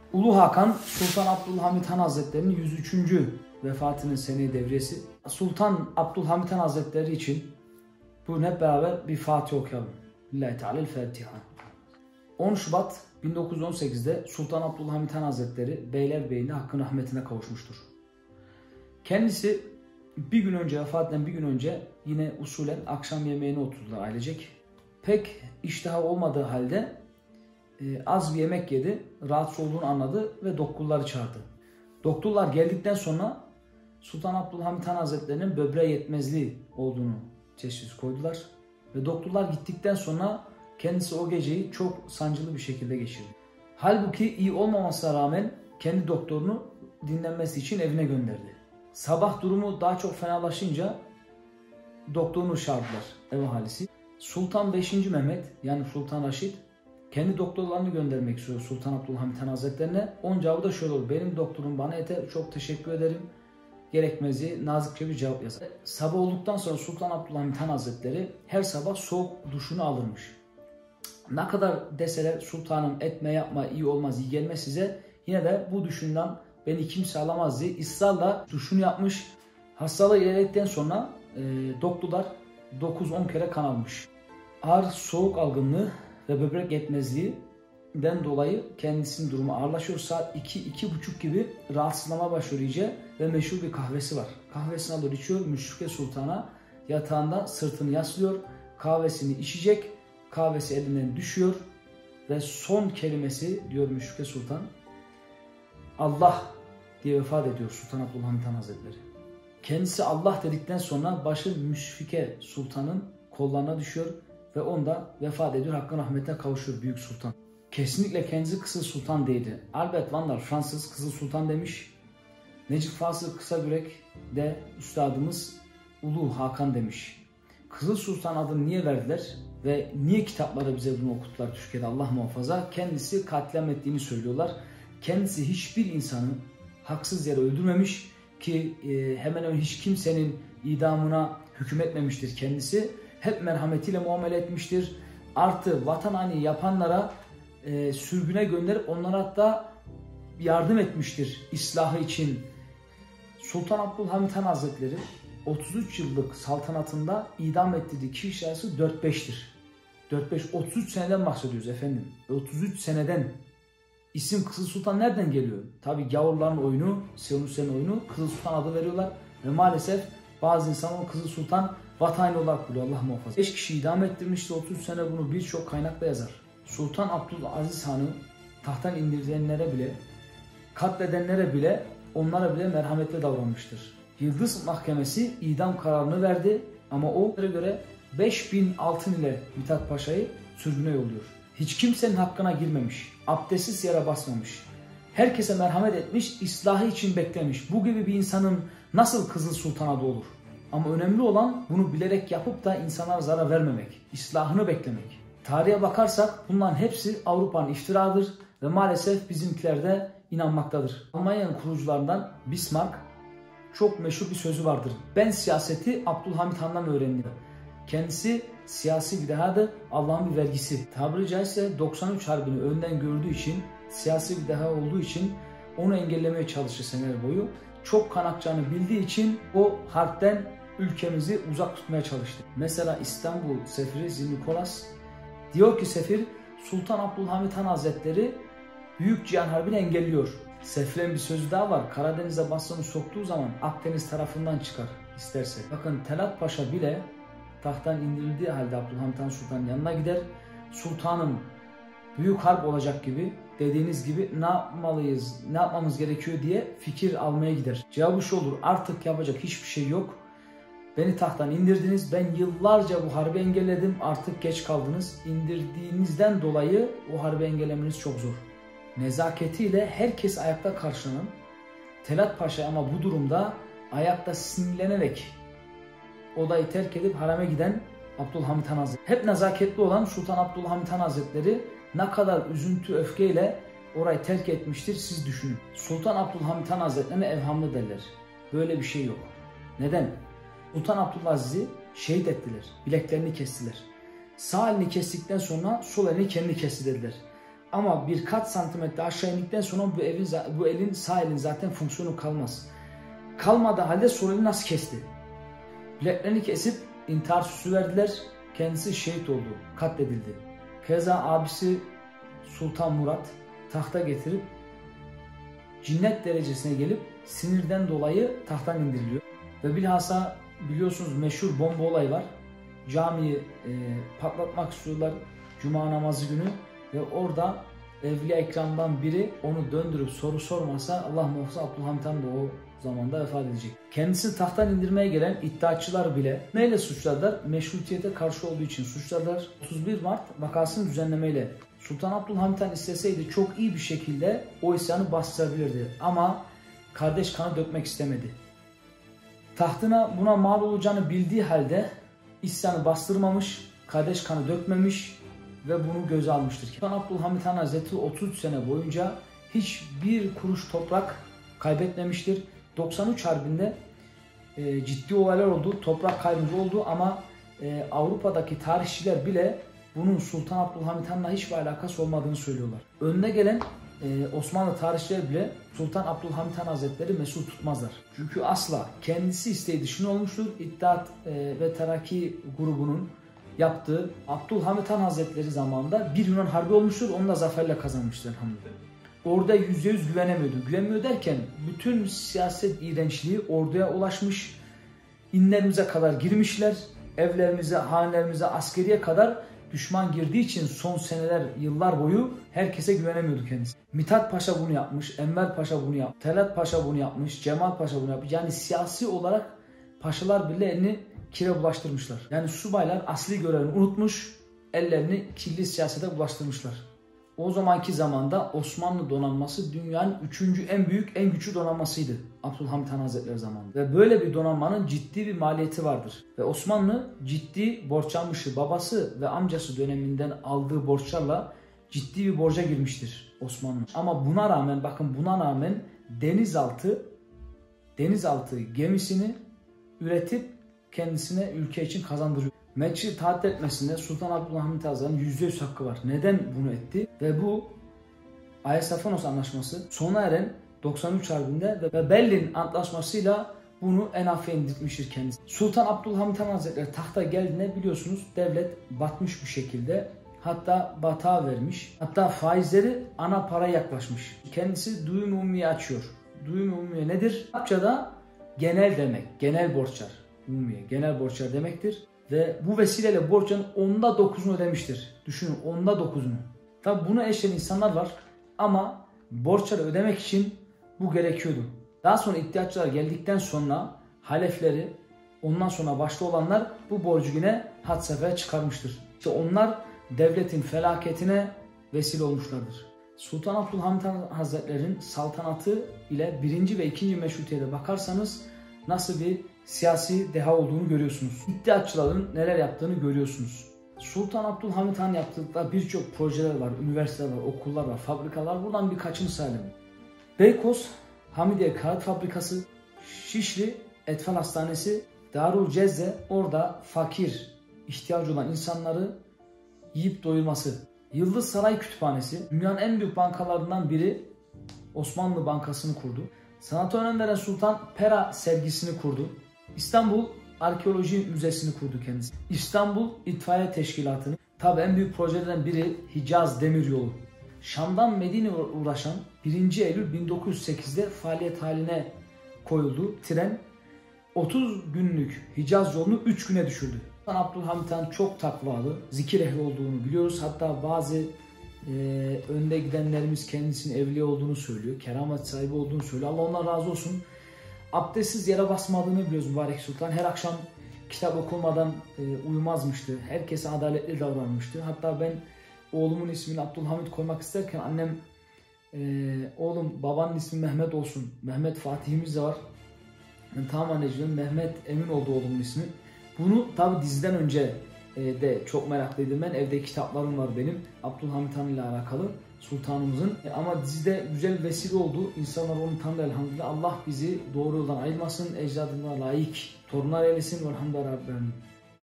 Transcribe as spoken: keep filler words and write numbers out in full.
Ulu Hakan Sultan Abdülhamit Han Hazretleri'nin yüz üçüncü vefatının seneyi devriyesi. Sultan Abdülhamit Han Hazretleri için bugün hep beraber bir Fatiha okuyalım. Lillahi Teala'l-Fatiha. on Şubat bin dokuz yüz on sekiz'de Sultan Abdülhamit Han Hazretleri Beylerbeyi'nde Hakk'ın rahmetine kavuşmuştur. Kendisi bir gün önce, vefat eden bir gün önce yine usulen akşam yemeğine oturdular ailecek. Pek iştahı olmadığı halde e, az bir yemek yedi, rahatsız olduğunu anladı ve doktorları çağırdı. Doktorlar geldikten sonra Sultan Abdülhamit Han Hazretleri'nin böbreğe yetmezliği olduğunu teşhis koydular. Ve doktorlar gittikten sonra kendisi o geceyi çok sancılı bir şekilde geçirdi. Halbuki iyi olmamasına rağmen kendi doktorunu dinlenmesi için evine gönderdi. Sabah durumu daha çok fenalaşınca doktorunu çağırdılar ev ahalisi. Sultan beşinci Mehmet yani Sultan Raşid kendi doktorlarını göndermek istiyor Sultan Abdülhamit Han Hazretlerine. Onun cevabı da şöyle olur: benim doktorum bana yeter, çok teşekkür ederim. Gerekmezi nazikçe bir cevap yazar. Sabah olduktan sonra Sultan Abdülhamit Han Hazretleri her sabah soğuk duşunu alırmış. Ne kadar deseler sultanım etme yapma iyi olmaz iyi gelmez size, yine de bu düşünden beni kimse alamaz diye ısrarla duşunu yapmış. Hastalığı ilerledikten sonra e, doktorlar dokuz on kere kan almış. Ağır soğuk algınlığı ve böbrek yetmezliğinden dolayı kendisinin durumu ağırlaşıyor. Saat iki iki buçuk gibi rahatsızlama başlıyor iyice ve meşhur bir kahvesi var. Kahvesini alıyor içiyor. Müşrike Sultan'a yatağında sırtını yaslıyor. Kahvesini içecek. Kahvesi elinden düşüyor ve son kelimesi diyor Müşrike Sultan, Allah diye vefat ediyor Sultan Abdülhamit Han Hazretleri. Kendisi Allah dedikten sonra başı Müşrike Sultan'ın kollarına düşüyor ve onda vefat ediyor. Hakkın rahmetine kavuşuyor Büyük Sultan. Kesinlikle kendisi Kızıl Sultan değildi. Albert Vandal Fransız Kızıl Sultan demiş. Necip Fazıl Kısagürek de üstadımız Ulu Hakan demiş. Kızıl Sultan adını niye verdiler ve niye kitaplarda bize bunu okuttular Türkiye'de, Allah muhafaza? Kendisi katliam ettiğini söylüyorlar. Kendisi hiçbir insanı haksız yere öldürmemiş ki e, hemen hemen hiç kimsenin idamına hükmetmemiştir kendisi. Hep merhametiyle muamele etmiştir. Artı vatan haini yapanlara e, sürgüne gönderip onlara hatta yardım etmiştir islahı için. Sultan Abdülhamit Han Hazretleri otuz üç yıllık saltanatında idam ettirdiği kişi sayısı dört beş'tir. dört beş otuz üç seneden bahsediyoruz efendim. otuz üç seneden. İsim Kızıl Sultan nereden geliyor? Tabi gavurların oyunu, Siyonistlerin oyunu, Kızıl Sultan adı veriyorlar. Ve maalesef bazı insanlar Kızıl Sultan vatan olarak buluyor, Allah muhafaza. beş kişi idam ettirmişti otuz üç sene, bunu birçok kaynakta yazar. Sultan Abdülaziz Han'ı tahttan indirilenlere bile, katledenlere bile, onlara bile merhametli davranmıştır. Yıldız Mahkemesi idam kararını verdi ama o göre beş bin altın ile Mithat Paşa'yı sürgüne yolluyor. Hiç kimsenin hakkına girmemiş, abdestsiz yere basmamış, herkese merhamet etmiş, islahı için beklemiş. Bu gibi bir insanın nasıl Kızıl Sultan adı olur? Ama önemli olan bunu bilerek yapıp da insanlara zarar vermemek, islahını beklemek. Tarihe bakarsak bunların hepsi Avrupa'nın iftiradır ve maalesef bizimkiler de inanmaktadır. Almanya'nın kurucularından Bismarck çok meşhur bir sözü vardır. Ben siyaseti Abdülhamit Han'dan öğrendim. Kendisi siyasi bir dehadı, Allah'ın bir vergisi. Tabiri caizse doksan üç Harbi'ni önden gördüğü için, siyasi bir deha olduğu için onu engellemeye çalıştı seneler boyu. Çok kan akacağını bildiği için o harpten ülkemizi uzak tutmaya çalıştı. Mesela İstanbul Sefiri Zilnikolas diyor ki sefir, Sultan Abdülhamit Han Hazretleri Büyük Cihan Harbi'ni engelliyor. Sefirin bir sözü daha var. Karadeniz'e bastonu soktuğu zaman Akdeniz tarafından çıkar isterse. Bakın Talat Paşa bile tahttan indirildiği halde Abdülhamit Han Sultan'ın yanına gider. Sultanım büyük harp olacak gibi, dediğiniz gibi ne yapmalıyız, ne yapmamız gerekiyor diye fikir almaya gider. Cevabı şu olur: artık yapacak hiçbir şey yok. Beni tahttan indirdiniz. Ben yıllarca bu harbi engelledim. Artık geç kaldınız. İndirdiğinizden dolayı o harbi engellemeniz çok zor. Nezaketiyle herkes ayakta karşılanan Talat Paşa ama bu durumda ayakta sinirlenerek odayı terk edip hareme giden Abdülhamit Han Hazretleri. Hep nezaketli olan Sultan Abdülhamit Han Hazretleri ne kadar üzüntü öfkeyle orayı terk etmiştir siz düşünün. Sultan Abdülhamit Han Hazretlerine evhamlı derler. Böyle bir şey yok. Neden? Sultan Abdülaziz'i şehit ettiler. Bileklerini kestiler. Sağ elini kestikten sonra sol elini kendi kesti dediler. Ama birkaç santimetre aşağı indikten sonra bu, evin, bu elin sağ elin zaten fonksiyonu kalmaz. Kalmadığı halde sol elini nasıl kesti? Bileklerini kesip intihar süsü verdiler. Kendisi şehit oldu, katledildi. Keza abisi Sultan Murat tahta getirip cinnet derecesine gelip sinirden dolayı tahttan indiriliyor. Ve bilhassa biliyorsunuz meşhur bomba olayı var. Camiyi e, patlatmak istiyorlar Cuma namazı günü ve orada Evliya Ekram'dan biri onu döndürüp soru sormasa Allah muhafaza Abdülhamit Han da o zamanda vefat edecek. Kendisini tahttan indirmeye gelen iddiaçılar bile neyle suçladılar? Meşrutiyete karşı olduğu için suçladılar. otuz bir Mart vakasını düzenlemeyle Sultan Abdülhamit Han isteseydi çok iyi bir şekilde o isyanı bastırabilirdi. Ama kardeş kanı dökmek istemedi. Tahtına buna mal olacağını bildiği halde isyanı bastırmamış, kardeş kanı dökmemiş ve bunu göze almıştır. Sultan Abdülhamit Han Hazretleri otuz üç sene boyunca hiçbir kuruş toprak kaybetmemiştir. doksan üç Harbi'nde e, ciddi olaylar oldu, toprak kaybı oldu ama e, Avrupa'daki tarihçiler bile bunun Sultan Abdülhamit Han'la hiçbir alakası olmadığını söylüyorlar. Önüne gelen e, Osmanlı tarihçiler bile Sultan Abdülhamit Han Hazretleri mesul tutmazlar. Çünkü asla kendisi isteği dışında olmuştur. İttihat e, ve Terakki grubunun yaptığı Abdülhamit Han Hazretleri zamanında bir Yunan Harbi olmuştur. Onu da zaferle kazanmıştır elhamdülillah. Orada yüzde yüz güvenemiyordu. Güvenmiyor derken bütün siyaset iğrençliği orduya ulaşmış. İnlerimize kadar girmişler. Evlerimize, hanelerimize, askeriye kadar düşman girdiği için son seneler, yıllar boyu herkese güvenemiyordu kendisi. Mithat Paşa bunu yapmış, Enver Paşa bunu yapmış, Talat Paşa bunu yapmış, Cemal Paşa bunu yapmış. Yani siyasi olarak paşalar bile elini kire bulaştırmışlar. Yani subaylar asli görevini unutmuş, ellerini kirli siyasete bulaştırmışlar. O zamanki zamanda Osmanlı donanması dünyanın üçüncü en büyük, en güçlü donanmasıydı Abdülhamit Han Hazretleri zamanında. Ve böyle bir donanmanın ciddi bir maliyeti vardır. Ve Osmanlı ciddi borç almıştı. Babası ve amcası döneminden aldığı borçlarla ciddi bir borca girmiştir Osmanlı. Ama buna rağmen, bakın buna rağmen denizaltı, denizaltı gemisini üretip kendisine ülke için kazandırıyor. Mekke'yi tahdit etmesinde Sultan Abdülhamit Han'ın yüzde yüz hakkı var. Neden bunu etti? Ve bu Ayasofya Anlaşması sona eren doksan üç Harbi'nde ve Berlin Antlaşması'yla bunu en hafife indirtmiştir kendisi. Sultan Abdülhamit Han Hazretleri tahta geldiğinde biliyorsunuz devlet batmış bir şekilde, hatta batağa vermiş. Hatta faizleri ana paraya yaklaşmış. Kendisi duyum umumiye açıyor. Duyum umumiye nedir? Arapçada genel demek. Genel borçlar. Umumiye. Genel borçlar demektir. Ve bu vesileyle borçların onda dokuzunu ödemiştir. Düşünün, onda dokuzunu. Tabi bunu eşleyen insanlar var ama borçları ödemek için bu gerekiyordu. Daha sonra iddiaçılar geldikten sonra halefleri, ondan sonra başta olanlar bu borcu yine had sefere çıkarmıştır. İşte onlar devletin felaketine vesile olmuşlardır. Sultan Abdülhamit Han Hazretleri'nin saltanatı ile birinci ve ikinci meşrutiyete bakarsanız nasıl bir siyasi deha olduğunu görüyorsunuz. İddiaçıların neler yaptığını görüyorsunuz. Sultan Abdülhamit Han yaptıkları birçok projeler var, üniversiteler var, okullar var, fabrikalar. Buradan birkaçını sayalım. Beykoz Hamidiye Kağıt Fabrikası, Şişli Etfal Hastanesi, Darul Cezze, orada fakir, ihtiyacı olan insanları yiyip doyurması. Yıldız Saray Kütüphanesi, dünyanın en büyük bankalarından biri, Osmanlı Bankası'nı kurdu. Sanata önem veren Sultan Pera sergisini kurdu. İstanbul Arkeoloji Müzesi'ni kurdu kendisi. İstanbul İtfaiye Teşkilatı'nı. Tabi en büyük projelerden biri Hicaz Demiryolu. Şam'dan Medine'ye uğraşan birinci Eylül bin dokuz yüz sekiz'de faaliyet haline koyuldu. Tren otuz günlük Hicaz yolunu üç güne düşürdü. Abdülhamit Han çok takvalı, zikir ehli olduğunu biliyoruz. Hatta bazı e, önde gidenlerimiz kendisinin evliya olduğunu söylüyor. Keramet sahibi olduğunu söylüyor. Allah ondan razı olsun. Abdestsiz yere basmadığını biliyoruz mübarek sultan. Her akşam kitap okumadan e, uyumazmıştı. Herkese adaletli davranmıştı. Hatta ben oğlumun ismini Abdülhamit koymak isterken annem e, oğlum babanın ismi Mehmet olsun. Mehmet Fatih'imiz de var. Ben tamam anneciğim, Mehmet Emin oldu oğlumun ismi. Bunu tabi diziden önce e, de çok meraklıydım ben. Evde kitaplarım var benim Abdülhamit Han ile alakalı, sultanımızın. E, ama dizide güzel vesile oldu. İnsanlar onu tanıdı elhamdülillah. Allah bizi doğru yoldan ayırmasın. Ecdadına layık torunlar eylesin. Velhamdülillah Rabbil Alemin.